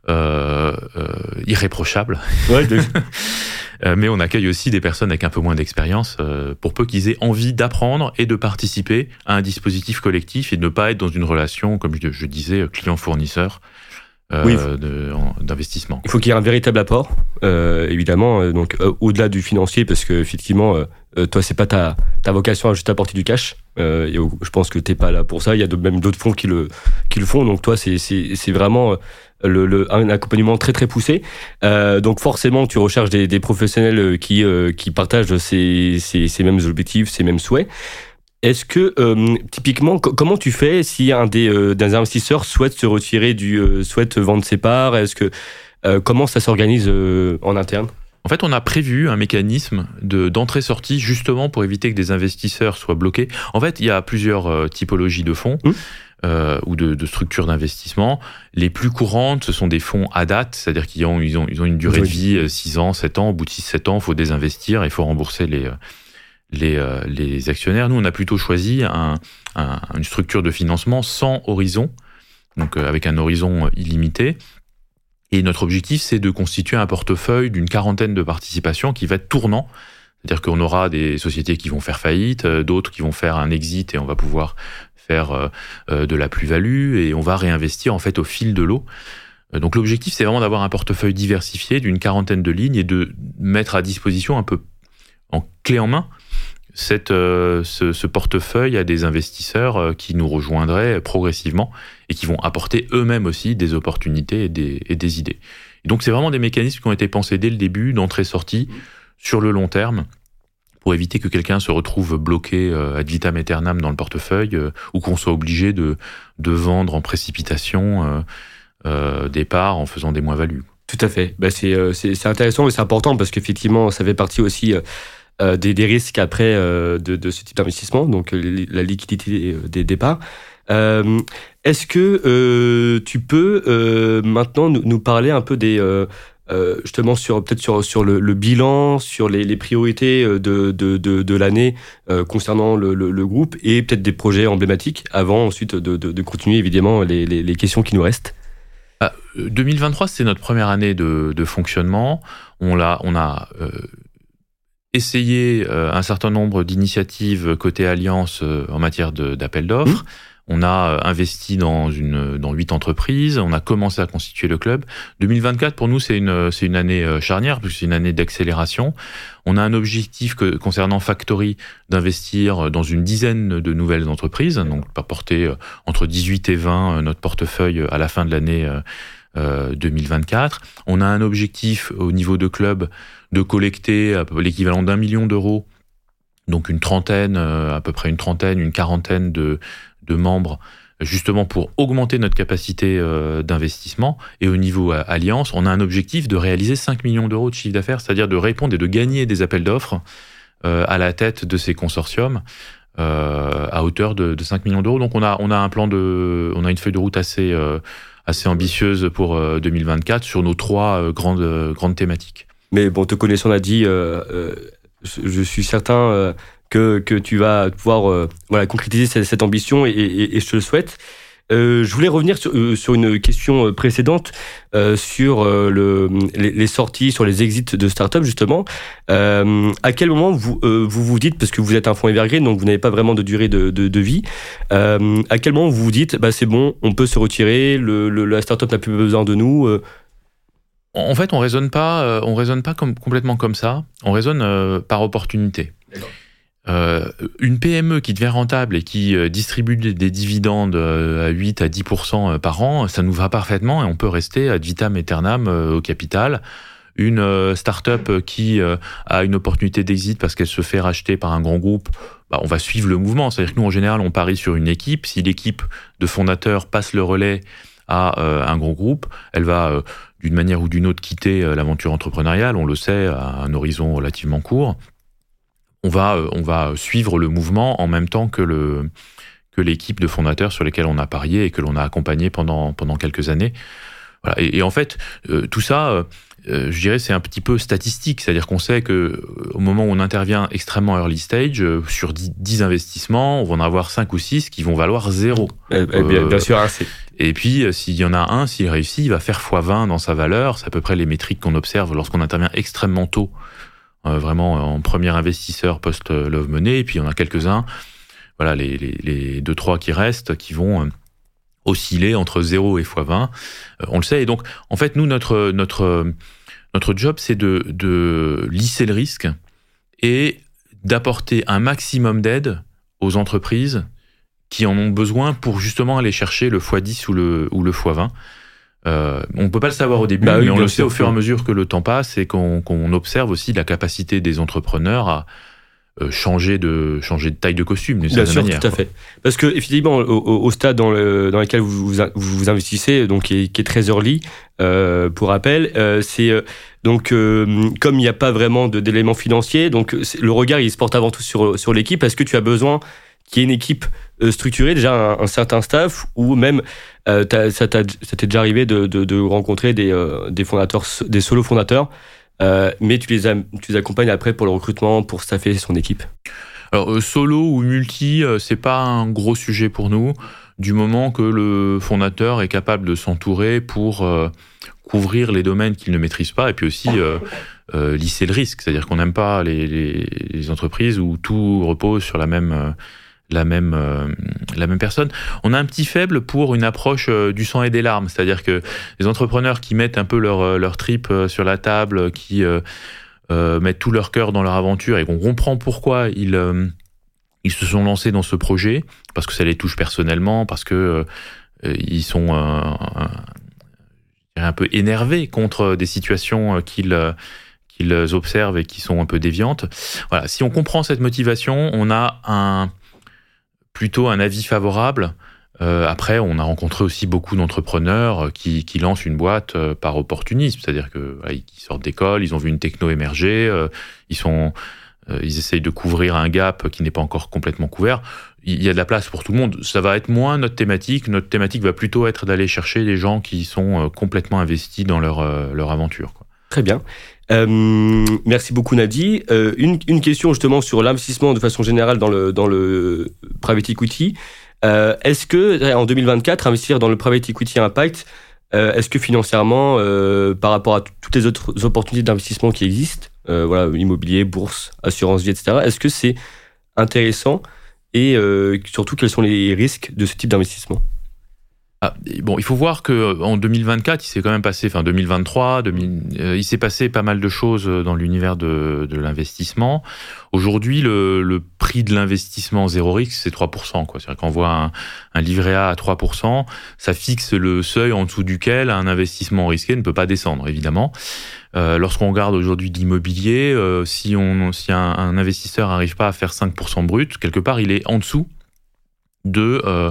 irréprochables. Ouais, mais on accueille aussi des personnes avec un peu moins d'expérience, pour peu qu'ils aient envie d'apprendre et de participer à un dispositif collectif et de ne pas être dans une relation, comme je disais, client-fournisseur d'investissement. Il faut qu'il y ait un véritable apport, évidemment, donc au-delà du financier, parce que effectivement, toi, c'est pas ta vocation à juste apporter du cash. Et je pense que t'es pas là pour ça. Il y a même d'autres fonds qui le font. Donc toi, c'est vraiment un accompagnement très très poussé. Donc forcément, tu recherches des professionnels qui partagent ces mêmes objectifs, ces mêmes souhaits. Est-ce que typiquement, comment tu fais si un des investisseurs souhaite se retirer souhaite vendre ses parts? Est-ce que comment ça s'organise en interne? En fait, on a prévu un mécanisme d'entrée-sortie justement pour éviter que des investisseurs soient bloqués. En fait, il y a plusieurs typologies de fonds ou de structures d'investissement. Les plus courantes, ce sont des fonds à date, c'est-à-dire qu'ils ont une durée de vie 6 ans, 7 ans. Au bout de 6-7 ans, il faut désinvestir et il faut rembourser les actionnaires. Nous, on a plutôt choisi une structure de financement sans horizon, donc avec un horizon illimité. Et notre objectif, c'est de constituer un portefeuille d'une 40aine de participations qui va être tournant. C'est-à-dire qu'on aura des sociétés qui vont faire faillite, d'autres qui vont faire un exit et on va pouvoir faire de la plus-value et on va réinvestir en fait au fil de l'eau. Donc l'objectif, c'est vraiment d'avoir un portefeuille diversifié d'une 40aine de lignes et de mettre à disposition un peu en clé en main ce portefeuille à des investisseurs qui nous rejoindraient progressivement et qui vont apporter eux-mêmes aussi des opportunités et des idées. Et donc c'est vraiment des mécanismes qui ont été pensés dès le début, d'entrée-sortie, sur le long terme, pour éviter que quelqu'un se retrouve bloqué ad vitam aeternam dans le portefeuille ou qu'on soit obligé de vendre en précipitation des parts en faisant des moins-values. Tout à fait. C'est intéressant et c'est important parce qu'effectivement, ça fait partie aussi des risques après de ce type d'investissement, donc la liquidité des départs. Est-ce que tu peux maintenant nous parler un peu des justement sur le bilan, sur les priorités de l'année concernant le groupe et peut-être des projets emblématiques avant ensuite de continuer évidemment les questions qui nous restent. 2023, c'est notre première année de fonctionnement. On a essayé un certain nombre d'initiatives côté Alliance en matière d'appel d'offres. On a investi dans 8 entreprises. On a commencé à constituer le club. 2024, pour nous, c'est une année charnière, puisque c'est une année d'accélération. On a un objectif concernant Factory d'investir dans une dizaine de nouvelles entreprises, donc porter entre 18 et 20 notre portefeuille à la fin de l'année 2024. On a un objectif au niveau de club de collecter l'équivalent d'1 million d'euros, donc une quarantaine de membres, justement pour augmenter notre capacité d'investissement. Et au niveau Alliance, on a un objectif de réaliser 5 millions d'euros de chiffre d'affaires, c'est-à-dire de répondre et de gagner des appels d'offres à la tête de ces consortiums à hauteur de 5 millions d'euros. Donc on a une feuille de route assez ambitieuse pour 2024 sur nos 3 grandes thématiques. Mais bon, te connaissant, on a dit, je suis certain que tu vas pouvoir concrétiser cette ambition et je te le souhaite. Je voulais revenir sur une question précédente sur les sorties, sur les exits de start-up justement. À quel moment vous dites, parce que vous êtes un fonds evergreen, donc vous n'avez pas vraiment de durée de vie, à quel moment vous vous dites c'est bon, on peut se retirer, la start-up n'a plus besoin de nous En fait, on raisonne pas complètement comme ça. On raisonne par opportunité. D'accord. Une PME qui devient rentable et qui distribue des dividendes à 8 à 10% par an, ça nous va parfaitement et on peut rester ad vitam aeternam au capital. Une start-up qui a une opportunité d'exit parce qu'elle se fait racheter par un grand groupe, on va suivre le mouvement. C'est-à-dire que nous, en général, on parie sur une équipe. Si l'équipe de fondateurs passe le relais à un gros groupe, elle va d'une manière ou d'une autre quitter l'aventure entrepreneuriale, on le sait, à un horizon relativement court. On va suivre le mouvement en même temps que l'équipe de fondateurs sur lesquels on a parié et que l'on a accompagné pendant quelques années. Voilà. Et en fait, tout ça, je dirais, c'est un petit peu statistique. C'est-à-dire qu'on sait qu'au moment où on intervient extrêmement early stage, sur 10 investissements, on va en avoir 5 ou 6 qui vont valoir 0. Bien sûr, c'est... Et puis, s'il y en a un, s'il réussit, il va faire x20 dans sa valeur. C'est à peu près les métriques qu'on observe lorsqu'on intervient extrêmement tôt, vraiment en premier investisseur post-Love Money. Et puis, il y en a quelques-uns, voilà, les 2-3 qui restent, qui vont osciller entre 0 et x20. On le sait. Et donc, en fait, nous, notre job, c'est de lisser le risque et d'apporter un maximum d'aide aux entreprises qui en ont besoin pour justement aller chercher le x10 ou le x20. On ne peut pas le savoir au début, mais on le sait au fur et à mesure que le temps passe et qu'on observe aussi la capacité des entrepreneurs à changer de taille de costume d'une certaine manière. Bien sûr, tout à fait. Parce que effectivement, au stade dans lequel vous investissez, donc qui est très early, pour rappel, c'est donc comme il n'y a pas vraiment d'éléments financiers, donc le regard il se porte avant tout sur l'équipe. Est-ce que tu as besoin qu'il y ait une équipe structurée, déjà un certain staff, ou même ça t'est déjà arrivé de rencontrer des fondateurs, des solo fondateurs, mais tu les accompagnes après pour le recrutement, pour staffer son équipe? Alors solo ou multi, c'est pas un gros sujet pour nous, du moment que le fondateur est capable de s'entourer pour couvrir les domaines qu'il ne maîtrise pas, et puis aussi lisser le risque. C'est-à-dire qu'on n'aime pas les entreprises où tout repose sur la même personne. On a un petit faible pour une approche du sang et des larmes, c'est-à-dire que les entrepreneurs qui mettent un peu leur trip sur la table, qui mettent tout leur cœur dans leur aventure et qu'on comprend pourquoi ils se sont lancés dans ce projet, parce que ça les touche personnellement, parce que ils sont un peu énervés contre des situations qu'ils observent et qui sont un peu déviantes. Voilà, si on comprend cette motivation, on a plutôt un avis favorable. Après, on a rencontré aussi beaucoup d'entrepreneurs qui lancent une boîte par opportunisme, c'est-à-dire qu'ils sortent d'école, ils ont vu une techno émerger, ils essayent de couvrir un gap qui n'est pas encore complètement couvert. Il y a de la place pour tout le monde. Ça va être moins notre thématique. Notre thématique va plutôt être d'aller chercher des gens qui sont complètement investis dans leur aventure, quoi. Très bien. Merci beaucoup Nadi. Une question justement sur l'investissement de façon générale dans le private equity. Est-ce que en 2024 investir dans le private equity impact, est-ce que financièrement par rapport à toutes les autres opportunités d'investissement qui existent, immobilier, bourse, assurance vie, etc., est-ce que c'est intéressant et surtout quels sont les risques de ce type d'investissement? Il faut voir qu'en 2024, il s'est quand même passé, enfin 2023, il s'est passé pas mal de choses dans l'univers de l'investissement. Aujourd'hui, le prix de l'investissement zéro risque, c'est 3%, quoi. C'est-à-dire qu'on voit un livret A à 3%, ça fixe le seuil en dessous duquel un investissement risqué ne peut pas descendre, évidemment. Lorsqu'on regarde aujourd'hui l'immobilier, si un investisseur n'arrive pas à faire 5% brut, quelque part, il est en dessous des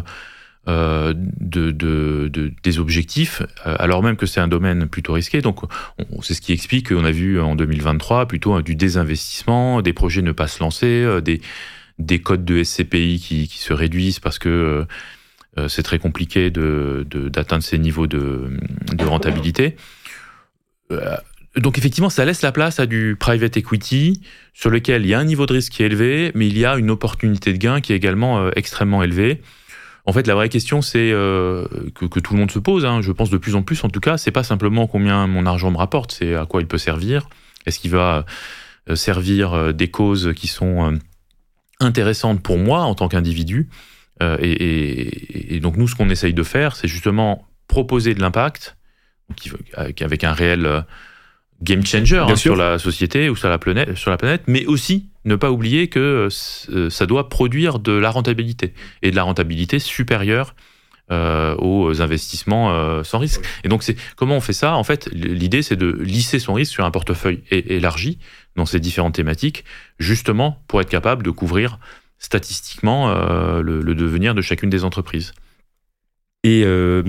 objectifs, alors même que c'est un domaine plutôt risqué. Donc, c'est ce qui explique qu'on a vu en 2023 plutôt du désinvestissement, des projets ne pas se lancer, des codes de SCPI qui se réduisent parce que c'est très compliqué d'atteindre ces niveaux de rentabilité. Donc, effectivement, ça laisse la place à du private equity sur lequel il y a un niveau de risque qui est élevé, mais il y a une opportunité de gain qui est également extrêmement élevée. En fait, la vraie question, c'est que tout le monde se pose, hein, je pense de plus en plus en tout cas, c'est pas simplement combien mon argent me rapporte, c'est à quoi il peut servir. Est-ce qu'il va servir des causes qui sont intéressantes pour moi en tant qu'individu, et donc nous, ce qu'on essaye de faire, c'est justement proposer de l'impact avec un réel game changer sur la société ou sur la planète, mais aussi ne pas oublier que ça doit produire de la rentabilité, et de la rentabilité supérieure aux investissements sans risque. Et donc, comment on fait ça ? En fait, l'idée, c'est de lisser son risque sur un portefeuille élargi dans ces différentes thématiques, justement pour être capable de couvrir statistiquement le devenir de chacune des entreprises. Et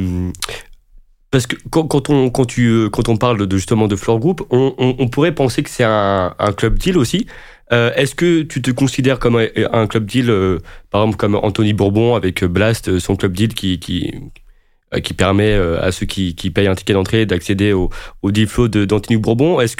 parce que quand on parle justement de Fluor Group, on pourrait penser que c'est un club deal aussi. Est-ce que tu te considères comme un club deal, par exemple comme Anthony Bourbon avec Blast, son club deal qui permet à ceux qui payent un ticket d'entrée d'accéder au deal flow d'Anthony Bourbon? Est-ce que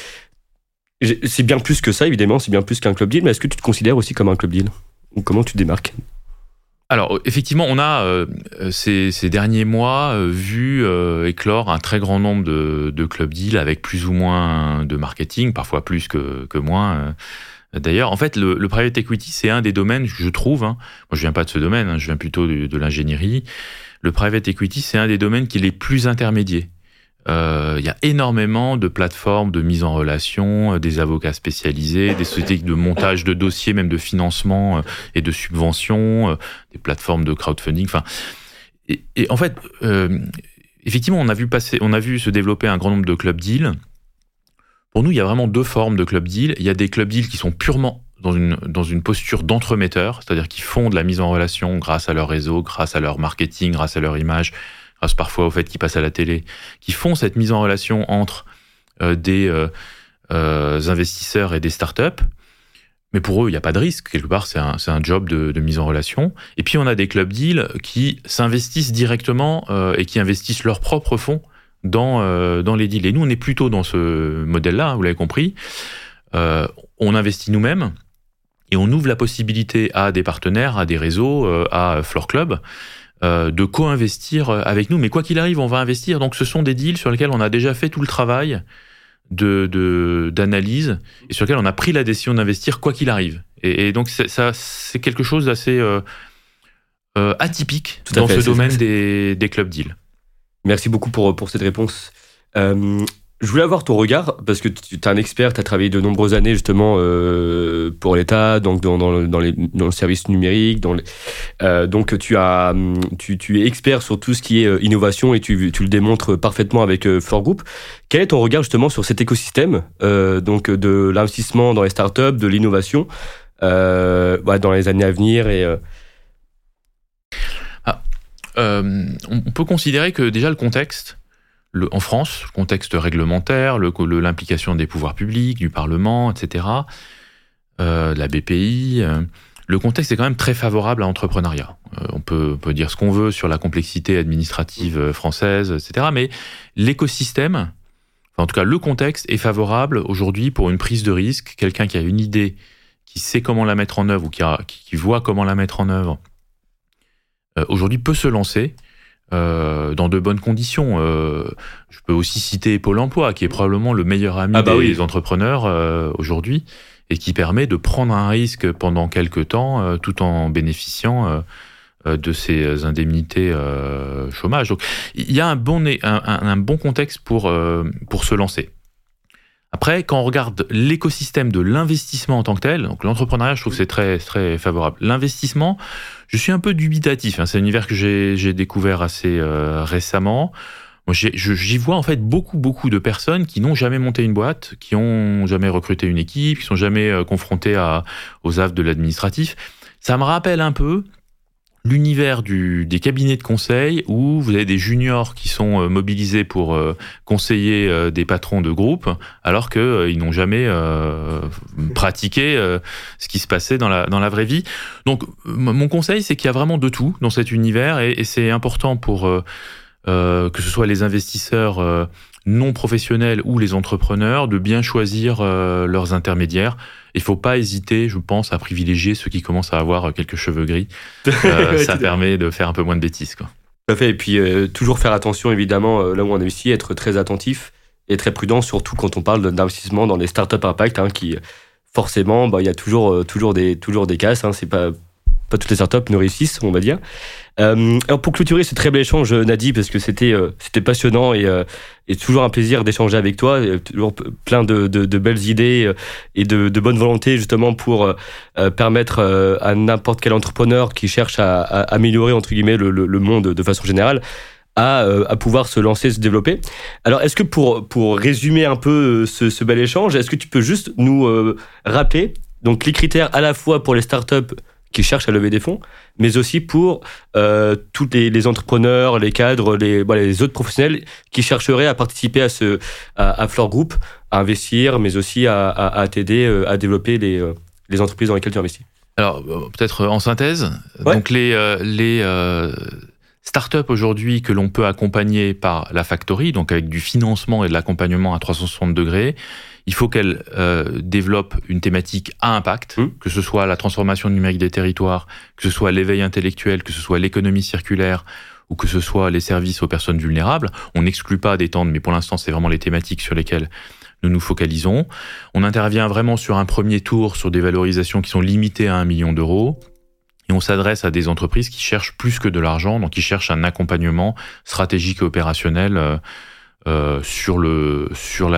c'est bien plus que ça, évidemment, c'est bien plus qu'un club deal, mais est-ce que tu te considères aussi comme un club deal? Ou comment tu te démarques? Alors, effectivement, on a, ces derniers mois, vu éclore un très grand nombre de club deals avec plus ou moins de marketing, parfois plus que moins. D'ailleurs, en fait, le private equity, c'est un des domaines, je trouve, moi je viens pas de ce domaine, je viens plutôt de l'ingénierie. Le private equity, c'est un des domaines qui est les plus intermédiés. Il y a énormément de plateformes de mise en relation, des avocats spécialisés, des sociétés de montage de dossiers, même de financement et de subventions, des plateformes de crowdfunding. Enfin, et en fait, effectivement, on a vu se développer un grand nombre de club deals. Pour nous, il y a vraiment deux formes de club deals. Il y a des club deals qui sont purement dans une posture d'entremetteur, c'est-à-dire qui font de la mise en relation grâce à leur réseau, grâce à leur marketing, grâce à leur image, grâce parfois au fait qu'ils passent à la télé, qui font cette mise en relation entre des investisseurs et des startups. Mais pour eux, il n'y a pas de risque. Quelque part, c'est un job de mise en relation. Et puis, on a des club deals qui s'investissent directement et qui investissent leurs propres fonds dans les deals. Et nous, on est plutôt dans ce modèle-là, hein, vous l'avez compris. On investit nous-mêmes et on ouvre la possibilité à des partenaires, à des réseaux, à Fluor Club, de co-investir avec nous. Mais quoi qu'il arrive, on va investir. Donc, ce sont des deals sur lesquels on a déjà fait tout le travail d'analyse et sur lequel on a pris la décision d'investir quoi qu'il arrive. Et donc, c'est quelque chose d'assez atypique dans ce domaine des club deals. Merci beaucoup pour cette réponse. Je voulais avoir ton regard, parce que tu es un expert, tu as travaillé de nombreuses années justement pour l'État, donc dans le service numérique. Donc tu es expert sur tout ce qui est innovation et tu le démontres parfaitement avec Fluor Group. Quel est ton regard justement sur cet écosystème donc de l'investissement dans les startups, de l'innovation dans les années à venir on peut considérer que déjà le contexte, en France, le contexte réglementaire, l'implication des pouvoirs publics, du Parlement, etc., de la BPI, le contexte est quand même très favorable à l'entrepreneuriat. On peut dire ce qu'on veut sur la complexité administrative française, etc., mais l'écosystème, en tout cas le contexte, est favorable aujourd'hui pour une prise de risque. Quelqu'un qui a une idée, qui sait comment la mettre en œuvre ou qui voit comment la mettre en œuvre, aujourd'hui peut se lancer dans de bonnes conditions. Je peux aussi citer Pôle emploi, qui est probablement le meilleur ami des entrepreneurs aujourd'hui, et qui permet de prendre un risque pendant quelques temps tout en bénéficiant de ces indemnités chômage. Donc, il y a un bon contexte pour se lancer. Après, quand on regarde l'écosystème de l'investissement en tant que tel, donc l'entrepreneuriat, je trouve que c'est très, très favorable. L'investissement, je suis un peu dubitatif. C'est un univers que j'ai découvert assez récemment. Moi, j'y vois en fait beaucoup de personnes qui n'ont jamais monté une boîte, qui n'ont jamais recruté une équipe, qui ne sont jamais confrontées aux affres de l'administratif. Ça me rappelle un peu l'univers des cabinets de conseil où vous avez des juniors qui sont mobilisés pour conseiller des patrons de groupe, alors qu'ils n'ont jamais pratiqué ce qui se passait dans la vraie vie. Donc, mon conseil, c'est qu'il y a vraiment de tout dans cet univers, et c'est important pour que ce soit les investisseurs non professionnels ou les entrepreneurs de bien choisir leurs intermédiaires. Il ne faut pas hésiter, je pense, à privilégier ceux qui commencent à avoir quelques cheveux gris. Ça permet de faire un peu moins de bêtises, quoi. Tout à fait. Et puis, toujours faire attention, évidemment, là où on investit, être très attentif et très prudent, surtout quand on parle d'investissement dans les startups impact, qui, forcément, il y a toujours des casses. C'est pas toutes les startups ne réussissent, on va dire. Alors pour clôturer ce très bel échange, Nadi, parce que c'était passionnant et toujours un plaisir d'échanger avec toi, toujours plein de belles idées et de bonne volonté justement pour permettre à n'importe quel entrepreneur qui cherche à améliorer entre guillemets le monde de façon générale à pouvoir se lancer, se développer. Alors est-ce que pour résumer un peu ce bel échange, est-ce que tu peux juste nous rappeler donc les critères à la fois pour les startups qui cherchent à lever des fonds, mais aussi pour tous les entrepreneurs, les cadres, les autres professionnels qui chercheraient à participer à Flore Group, à investir, mais aussi à t'aider à développer les entreprises dans lesquelles tu investis. Alors, peut-être en synthèse, donc les startups aujourd'hui que l'on peut accompagner par la Factory, donc avec du financement et de l'accompagnement à 360 degrés, il faut qu'elles développent une thématique à impact, que ce soit la transformation numérique des territoires, que ce soit l'éveil intellectuel, que ce soit l'économie circulaire ou que ce soit les services aux personnes vulnérables. On n'exclut pas d'étendre, mais pour l'instant, c'est vraiment les thématiques sur lesquelles nous nous focalisons. On intervient vraiment sur un premier tour sur des valorisations qui sont limitées à 1 million d'euros. Et on s'adresse à des entreprises qui cherchent plus que de l'argent, donc qui cherchent un accompagnement stratégique et opérationnel sur la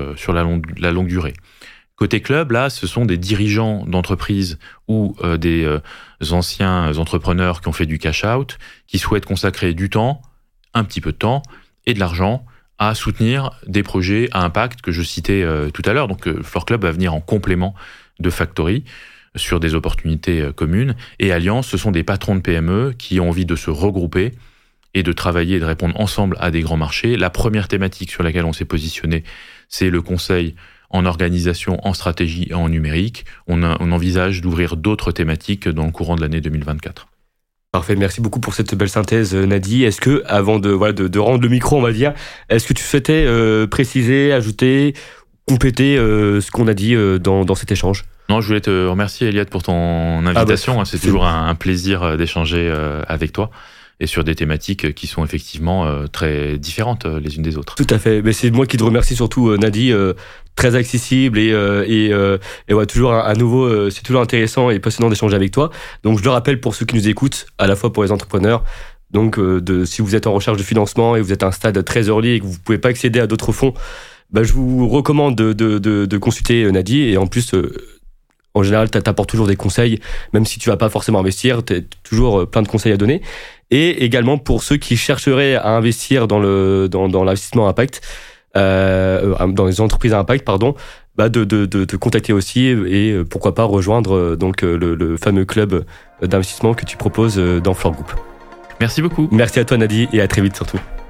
longue durée. Côté club, là, ce sont des dirigeants d'entreprises ou des anciens entrepreneurs qui ont fait du cash out, qui souhaitent consacrer du temps, un petit peu de temps et de l'argent à soutenir des projets à impact que je citais tout à l'heure. Donc Flore Club va venir en complément de Factory sur des opportunités communes. Et Alliance, ce sont des patrons de PME qui ont envie de se regrouper et de travailler et de répondre ensemble à des grands marchés. La première thématique sur laquelle on s'est positionné, c'est le conseil en organisation, en stratégie et en numérique. On envisage d'ouvrir d'autres thématiques dans le courant de l'année 2024. Parfait, merci beaucoup pour cette belle synthèse, Nadi. Est-ce que, avant de rendre le micro, on va dire, est-ce que tu souhaitais préciser, ajouter, compléter ce qu'on a dit dans cet échange ? Non, je voulais te remercier, Eliade, pour ton invitation. C'est toujours un plaisir d'échanger avec toi et sur des thématiques qui sont effectivement très différentes les unes des autres. Tout à fait. Mais c'est moi qui te remercie surtout, Nadi, très accessible et toujours à nouveau, c'est toujours intéressant et passionnant d'échanger avec toi. Donc je le rappelle pour ceux qui nous écoutent, à la fois pour les entrepreneurs. Donc si vous êtes en recherche de financement et vous êtes à un stade très early et que vous ne pouvez pas accéder à d'autres fonds, je vous recommande de consulter Nadi. Et en plus, en général, tu apportes toujours des conseils, même si tu ne vas pas forcément investir, tu as toujours plein de conseils à donner. Et également pour ceux qui chercheraient à investir dans l'investissement impact, dans les entreprises à impact, de te contacter aussi et pourquoi pas rejoindre le fameux club d'investissement que tu proposes dans Flore Group. Merci beaucoup. Merci à toi, Nadi, et à très vite surtout.